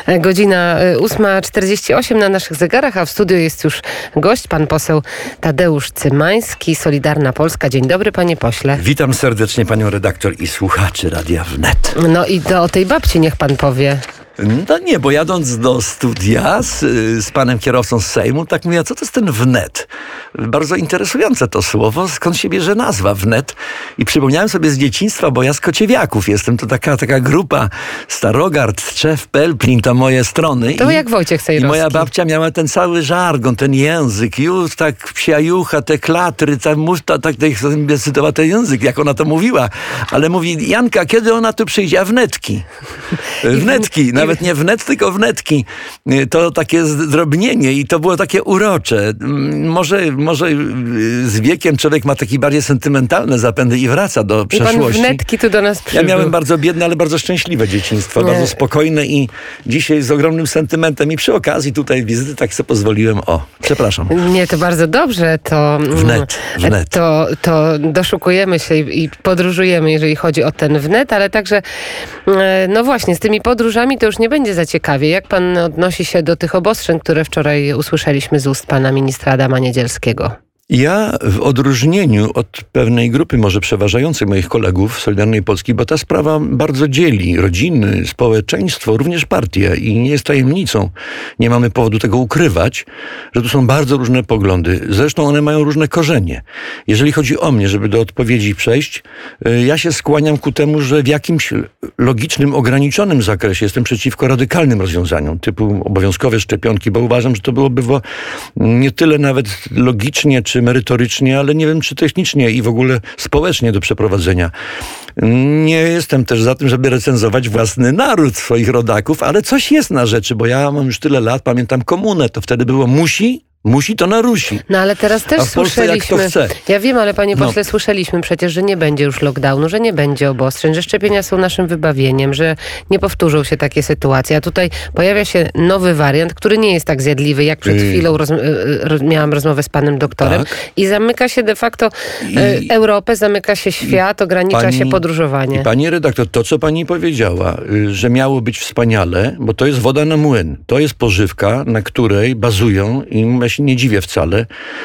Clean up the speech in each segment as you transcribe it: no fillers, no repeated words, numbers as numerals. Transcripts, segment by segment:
Godzina 8:48 na naszych zegarach, a w studiu jest już gość, pan poseł Tadeusz Cymański, Solidarna Polska. Dzień dobry, panie pośle. Witam serdecznie panią redaktor i słuchaczy Radia Wnet. No i o tej babci niech pan powie. No nie, bo jadąc do studia z panem kierowcą z Sejmu, tak mówię, a co to jest ten wnet? Bardzo interesujące to słowo, skąd się bierze nazwa wnet. I przypomniałem sobie z dzieciństwa, bo ja z Kociewiaków jestem, to taka grupa Starogard, Tczew, Pelplin, to moje strony. To jak Wojciech Sejrowski. I moja babcia miała ten cały żargon, ten język, już tak psiajucha, te klatry, tak decydowała ten język, jak ona to mówiła. Ale mówi, Janka, kiedy ona tu przyjdzie? A wnetki. Wnetki, nawet nie wnet, tylko wnetki. To takie zdrobnienie i to było takie urocze. Może z wiekiem człowiek ma takie bardziej sentymentalne zapędy i wraca do przeszłości. I pan wnetki tu do nas przybył. Ja miałem bardzo biedne, ale bardzo szczęśliwe dzieciństwo. Bardzo spokojne i dzisiaj z ogromnym sentymentem. I przy okazji tutaj wizyty tak sobie pozwoliłem. Przepraszam. Nie, to bardzo dobrze. To wnet. To doszukujemy się i podróżujemy, jeżeli chodzi o ten wnet, ale także no właśnie, z tymi podróżami to już nie będzie za ciekawie. Jak pan odnosi się do tych obostrzeń, które wczoraj usłyszeliśmy z ust pana ministra Adama Niedzielskiego? Ja w odróżnieniu od pewnej grupy, może przeważającej moich kolegów z Solidarnej Polski, bo ta sprawa bardzo dzieli rodziny, społeczeństwo, również partie i nie jest tajemnicą. Nie mamy powodu tego ukrywać, że tu są bardzo różne poglądy. Zresztą one mają różne korzenie. Jeżeli chodzi o mnie, żeby do odpowiedzi przejść, ja się skłaniam ku temu, że w jakimś logicznym, ograniczonym zakresie jestem przeciwko radykalnym rozwiązaniom, typu obowiązkowe szczepionki, bo uważam, że to byłoby nie tyle nawet logicznie, czy merytorycznie, ale nie wiem, czy technicznie i w ogóle społecznie do przeprowadzenia. Nie jestem też za tym, żeby recenzować własny naród, swoich rodaków, ale coś jest na rzeczy, bo ja mam już tyle lat, pamiętam komunę, to wtedy było musi to narusi. No ale teraz też słyszeliśmy. Jak to chce. Ja wiem, ale panie pośle, słyszeliśmy przecież, że nie będzie już lockdownu, że nie będzie obostrzeń, że szczepienia są naszym wybawieniem, że nie powtórzą się takie sytuacje. A tutaj pojawia się nowy wariant, który nie jest tak zjadliwy, jak przed chwilą miałam rozmowę z panem doktorem. Tak. I zamyka się de facto Europę, zamyka się świat, ogranicza się podróżowanie. Pani redaktor, to co pani powiedziała, że miało być wspaniale, bo to jest woda na młyn. To jest pożywka, na której bazują i się nie dziwię wcale,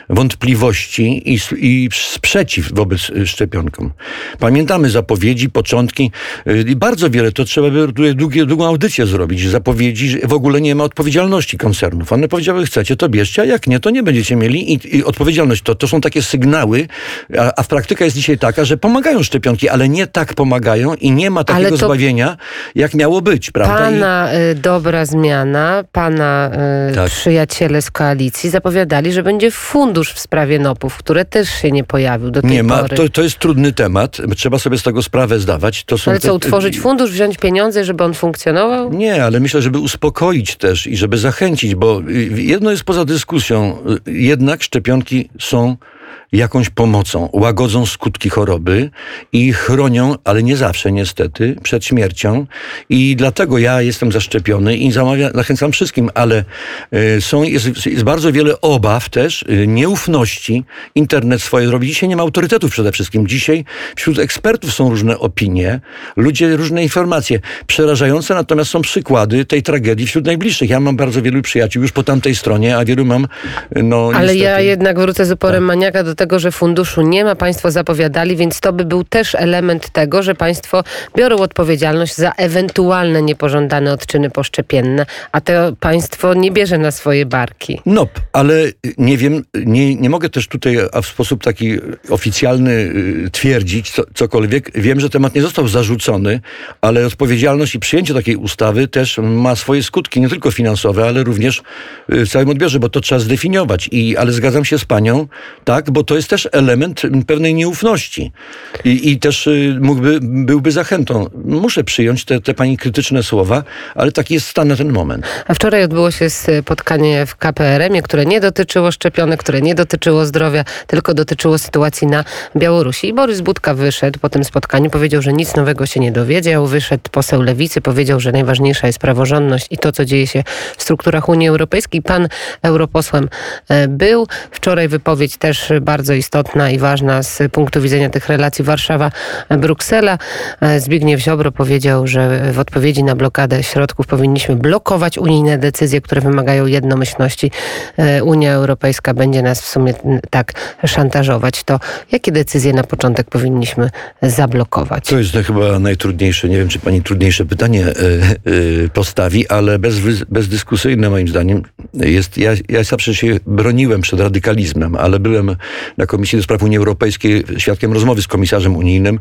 wątpliwości i sprzeciw wobec szczepionkom. Pamiętamy zapowiedzi, początki i bardzo wiele, to trzeba by długą audycję zrobić. Zapowiedzi, że w ogóle nie ma odpowiedzialności koncernów. One powiedziały, chcecie, to bierzcie, a jak nie, to nie będziecie mieli i odpowiedzialność. To są takie sygnały, a praktyka jest dzisiaj taka, że pomagają szczepionki, ale nie tak pomagają i nie ma takiego zbawienia, jak miało być, prawda? Pana dobra zmiana, pana przyjaciele z koalicji zapowiadali, że będzie fundusz w sprawie NOP-ów, który też się nie pojawił do tej pory. Nie ma, pory. To jest trudny temat. Trzeba sobie z tego sprawę zdawać. Ale co, utworzyć fundusz, wziąć pieniądze, żeby on funkcjonował? Nie, ale myślę, żeby uspokoić też i żeby zachęcić, bo jedno jest poza dyskusją. Jednak szczepionki są jakąś pomocą, łagodzą skutki choroby i chronią, ale nie zawsze niestety, przed śmiercią. I dlatego ja jestem zaszczepiony i zachęcam wszystkim, ale jest bardzo wiele obaw też, nieufności. Internet swoje robi. Dzisiaj nie ma autorytetów przede wszystkim. Dzisiaj wśród ekspertów są różne opinie, ludzie różne informacje. Przerażające natomiast są przykłady tej tragedii wśród najbliższych. Ja mam bardzo wielu przyjaciół już po tamtej stronie, a wielu mam, ale niestety. Ja jednak wrócę z uporem maniaka do tego, że funduszu nie ma, państwo zapowiadali, więc to by był też element tego, że państwo biorą odpowiedzialność za ewentualne niepożądane odczyny poszczepienne, a to państwo nie bierze na swoje barki. No, ale nie wiem, nie mogę też tutaj w sposób taki oficjalny twierdzić cokolwiek. Wiem, że temat nie został zarzucony, ale odpowiedzialność i przyjęcie takiej ustawy też ma swoje skutki, nie tylko finansowe, ale również w całym odbiorze, bo to trzeba zdefiniować. Ale zgadzam się z panią, tak, bo to jest też element pewnej nieufności i też byłby zachętą. Muszę przyjąć te pani krytyczne słowa, ale taki jest stan na ten moment. A wczoraj odbyło się spotkanie w KPRM-ie, które nie dotyczyło szczepionek, które nie dotyczyło zdrowia, tylko dotyczyło sytuacji na Białorusi. I Borys Budka wyszedł po tym spotkaniu, powiedział, że nic nowego się nie dowiedział. Wyszedł poseł Lewicy, powiedział, że najważniejsza jest praworządność i to, co dzieje się w strukturach Unii Europejskiej. Pan europosłem był. Wczoraj wypowiedź też bardzo bardzo istotna i ważna z punktu widzenia tych relacji Warszawa-Bruksela. Zbigniew Ziobro powiedział, że w odpowiedzi na blokadę środków powinniśmy blokować unijne decyzje, które wymagają jednomyślności. Unia Europejska będzie nas w sumie tak szantażować. To jakie decyzje na początek powinniśmy zablokować? To jest chyba najtrudniejsze. Nie wiem, czy pani trudniejsze pytanie postawi, ale bezdyskusyjne moim zdaniem jest. Ja zawsze się broniłem przed radykalizmem, ale byłem na Komisji do Spraw Unii Europejskiej świadkiem rozmowy z komisarzem unijnym.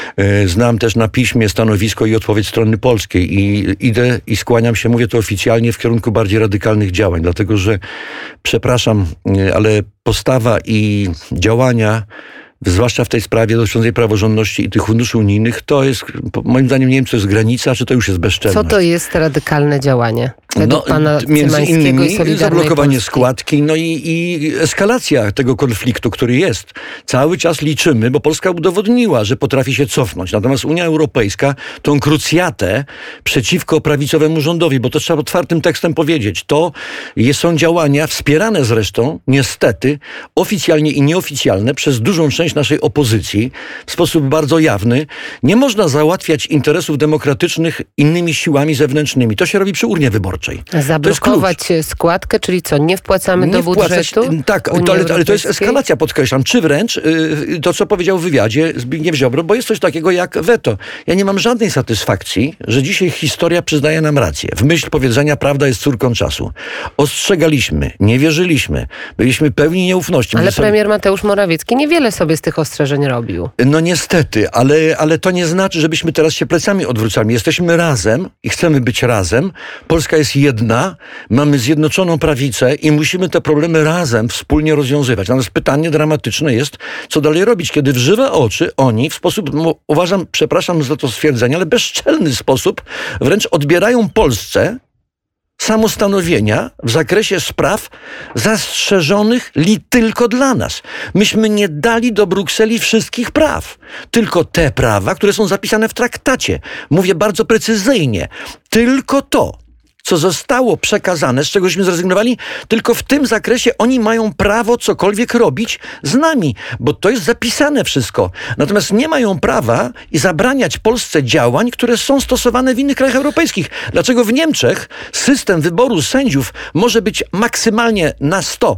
Znam też na piśmie stanowisko i odpowiedź strony polskiej i idę i skłaniam się, mówię to oficjalnie, w kierunku bardziej radykalnych działań, dlatego że, przepraszam, ale postawa i działania, zwłaszcza w tej sprawie dotyczącej praworządności i tych funduszy unijnych, to jest, moim zdaniem, nie wiem, co jest granica, czy to już jest bezczelność. Co to jest radykalne działanie? Według pana między innymi i Solidarnej zablokowanie Polski. składki, no i eskalacja tego konfliktu, który jest. Cały czas liczymy, bo Polska udowodniła, że potrafi się cofnąć. Natomiast Unia Europejska tą krucjatę przeciwko prawicowemu rządowi, bo to trzeba otwartym tekstem powiedzieć, to są działania wspierane zresztą, niestety, oficjalnie i nieoficjalne przez dużą część naszej opozycji w sposób bardzo jawny. Nie można załatwiać interesów demokratycznych innymi siłami zewnętrznymi. To się robi przy urnie wyborczej. Zablokować składkę, czyli co, nie wpłacamy do budżetu? Tak, ale to jest eskalacja, podkreślam, czy wręcz to, co powiedział w wywiadzie Zbigniew Ziobro, bo jest coś takiego jak weto. Ja nie mam żadnej satysfakcji, że dzisiaj historia przyznaje nam rację. W myśl powiedzenia prawda jest córką czasu. Ostrzegaliśmy, nie wierzyliśmy, byliśmy pełni nieufności. Ale premier Mateusz Morawiecki niewiele sobie z tych ostrzeżeń robił. No niestety, ale to nie znaczy, żebyśmy teraz się plecami odwrócali. Jesteśmy razem i chcemy być razem. Polska jest jedna, mamy zjednoczoną prawicę i musimy te problemy razem, wspólnie rozwiązywać. Natomiast pytanie dramatyczne jest, co dalej robić, kiedy w żywe oczy oni w sposób, uważam, przepraszam za to stwierdzenie, ale bezczelny sposób wręcz odbierają Polsce samostanowienia w zakresie spraw zastrzeżonych tylko dla nas. Myśmy nie dali do Brukseli wszystkich praw, tylko te prawa, które są zapisane w traktacie. Mówię bardzo precyzyjnie. Tylko to, co zostało przekazane, z czegośmy zrezygnowali, tylko w tym zakresie oni mają prawo cokolwiek robić z nami, bo to jest zapisane wszystko. Natomiast nie mają prawa i zabraniać Polsce działań, które są stosowane w innych krajach europejskich. Dlaczego w Niemczech system wyboru sędziów może być maksymalnie na 100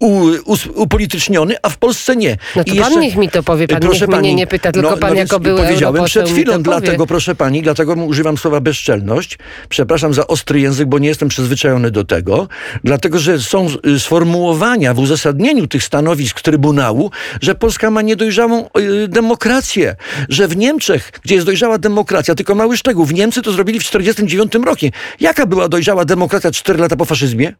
upolityczniony, a w Polsce nie? No to pan niech mi to powie, pan niech mnie nie pyta, tylko pan jako były powiedziałem europoseł przed chwilą, mi to dlatego, proszę pani, dlatego używam słowa bezczelność. Przepraszam za ostry język, bo nie jestem przyzwyczajony do tego, dlatego, że są sformułowania w uzasadnieniu tych stanowisk Trybunału, że Polska ma niedojrzałą demokrację, że w Niemczech, gdzie jest dojrzała demokracja, tylko mały szczegół, w Niemcy to zrobili w 1949 roku. Jaka była dojrzała demokracja 4 lata po faszyzmie?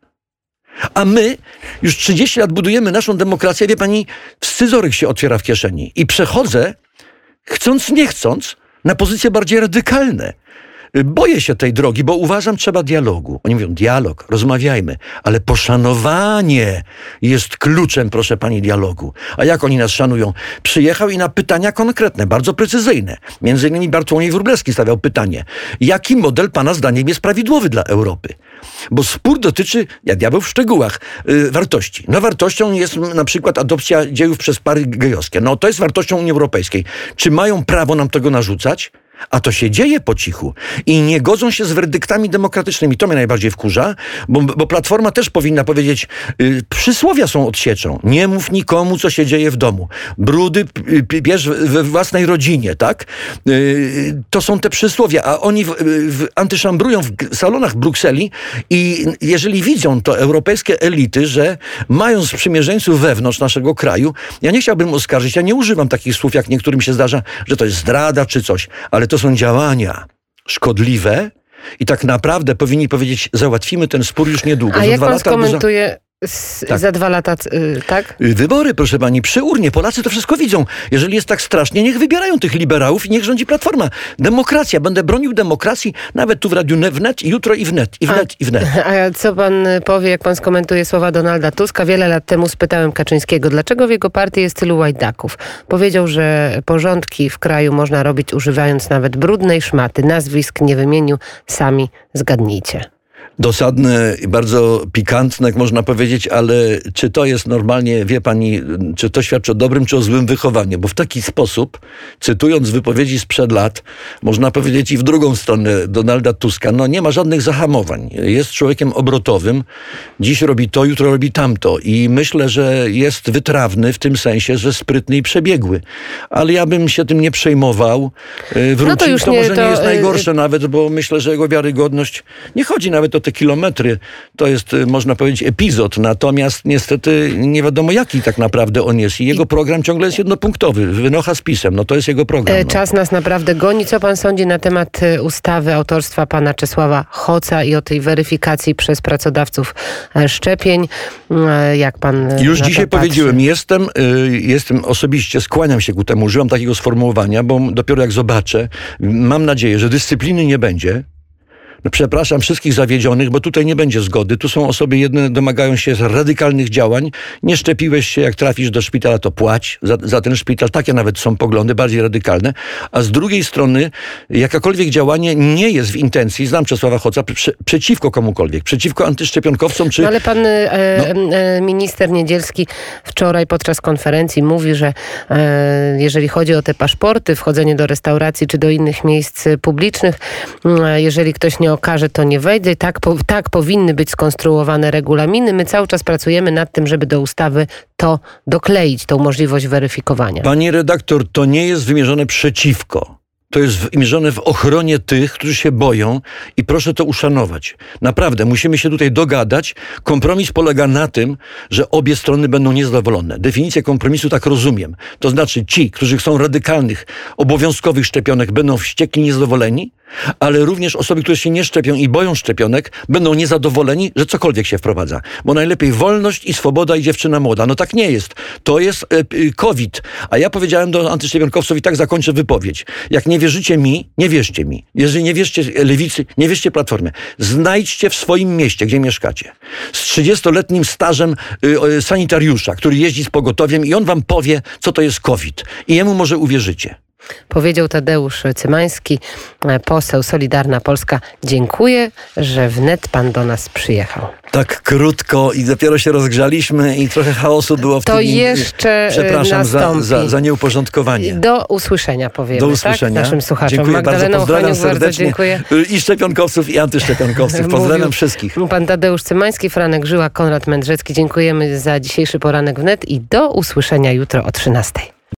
A my już 30 lat budujemy naszą demokrację, wie pani, scyzoryk się otwiera w kieszeni. I przechodzę, chcąc nie chcąc, na pozycje bardziej radykalne. Boję się tej drogi, bo uważam, trzeba dialogu. Oni mówią, dialog, rozmawiajmy, ale poszanowanie jest kluczem, proszę pani, dialogu. A jak oni nas szanują? Przyjechał i na pytania konkretne, bardzo precyzyjne. Między innymi Bartłomiej Wróblewski stawiał pytanie, jaki model pana zdaniem jest prawidłowy dla Europy? Bo spór dotyczy, ja diabeł w szczegółach, wartości. No wartością jest na przykład adopcja dziejów przez pary gejowskie. No to jest wartością Unii Europejskiej. Czy mają prawo nam tego narzucać? A to się dzieje po cichu i nie godzą się z werdyktami demokratycznymi. To mnie najbardziej wkurza, bo Platforma też powinna powiedzieć, przysłowia są odsieczą. Nie mów nikomu, co się dzieje w domu. Brudy bierz we własnej rodzinie, tak? To są te przysłowia, a oni antyszambrują w salonach w Brukseli i jeżeli widzą to europejskie elity, że mają sprzymierzeńców wewnątrz naszego kraju, ja nie chciałbym oskarżyć, ja nie używam takich słów, jak niektórym się zdarza, że to jest zdrada czy coś, ale to są działania szkodliwe i tak naprawdę powinni powiedzieć, załatwimy ten spór już niedługo. A jak pan skomentuje za 2 lata, tak? Wybory, proszę pani, przy urnie. Polacy to wszystko widzą. Jeżeli jest tak strasznie, niech wybierają tych liberałów i niech rządzi Platforma. Demokracja. Będę bronił demokracji nawet tu w Radiu Wnet, jutro i wnet. A co pan powie, jak pan skomentuje słowa Donalda Tuska? Wiele lat temu spytałem Kaczyńskiego, dlaczego w jego partii jest tylu łajdaków. Powiedział, że porządki w kraju można robić używając nawet brudnej szmaty. Nazwisk nie wymienił. Sami zgadnijcie. Dosadne i bardzo pikantne, jak można powiedzieć, ale czy to jest normalnie, wie pani, czy to świadczy o dobrym czy o złym wychowaniu? Bo w taki sposób, cytując wypowiedzi sprzed lat, można powiedzieć i w drugą stronę Donalda Tuska, no nie ma żadnych zahamowań. Jest człowiekiem obrotowym, dziś robi to, jutro robi tamto i myślę, że jest wytrawny w tym sensie, że sprytny i przebiegły. Ale ja bym się tym nie przejmował. Wrócił, to może nie jest najgorsze nawet, bo myślę, że jego wiarygodność, nie chodzi nawet o te kilometry, to jest, można powiedzieć, epizod, natomiast niestety nie wiadomo, jaki tak naprawdę on jest i jego program ciągle jest jednopunktowy, wynocha z PiS-em, no to jest jego program. No. Czas nas naprawdę goni. Co pan sądzi na temat ustawy autorstwa pana Czesława Hoca i o tej weryfikacji przez pracodawców szczepień? Jak pan już dzisiaj powiedziałem, jestem osobiście, skłaniam się ku temu, użyłam takiego sformułowania, bo dopiero jak zobaczę, mam nadzieję, że dyscypliny nie będzie. No przepraszam wszystkich zawiedzionych, bo tutaj nie będzie zgody. Tu są osoby, jedne domagają się radykalnych działań. Nie szczepiłeś się, jak trafisz do szpitala, to płać za ten szpital. Takie nawet są poglądy, bardziej radykalne. A z drugiej strony, jakakolwiek działanie nie jest w intencji, znam Czesława Hoca, przeciwko komukolwiek, przeciwko antyszczepionkowcom. Czy... No ale pan minister Niedzielski wczoraj podczas konferencji mówi, że jeżeli chodzi o te paszporty, wchodzenie do restauracji czy do innych miejsc publicznych, jeżeli ktoś nie okaże, to nie wejdzie. Tak powinny być skonstruowane regulaminy. My cały czas pracujemy nad tym, żeby do ustawy to dokleić, tą możliwość weryfikowania. Pani redaktor, to nie jest wymierzone przeciwko. To jest wymierzone w ochronie tych, którzy się boją i proszę to uszanować. Naprawdę, musimy się tutaj dogadać. Kompromis polega na tym, że obie strony będą niezadowolone. Definicję kompromisu tak rozumiem. To znaczy ci, którzy chcą radykalnych, obowiązkowych szczepionek, będą wściekli, niezadowoleni, ale również osoby, które się nie szczepią i boją szczepionek, będą niezadowoleni, że cokolwiek się wprowadza. Bo najlepiej wolność i swoboda i dziewczyna młoda. No tak nie jest. To jest COVID. A ja powiedziałem do antyszczepionkowców i tak zakończę wypowiedź. Jak nie wierzycie mi, nie wierzcie mi. Jeżeli nie wierzcie Lewicy, nie wierzcie Platformie. Znajdźcie w swoim mieście, gdzie mieszkacie, z 30-letnim stażem sanitariusza, który jeździ z pogotowiem i on wam powie, co to jest COVID. I jemu może uwierzycie. Powiedział Tadeusz Cymański, poseł Solidarna Polska. Dziękuję, że wnet pan do nas przyjechał. Tak krótko i dopiero się rozgrzaliśmy i trochę chaosu było w tym. To jeszcze przepraszam za nieuporządkowanie. Do usłyszenia powiemy. Do usłyszenia. Tak, naszym słuchaczom. Dziękuję bardzo, pozdrawiam serdecznie. Dziękuję. I szczepionkowców, i antyszczepionkowców. Pozdrawiam wszystkich. Pan Tadeusz Cymański, Franek Żyła, Konrad Mędrzecki. Dziękujemy za dzisiejszy poranek wnet i do usłyszenia jutro o 13:00.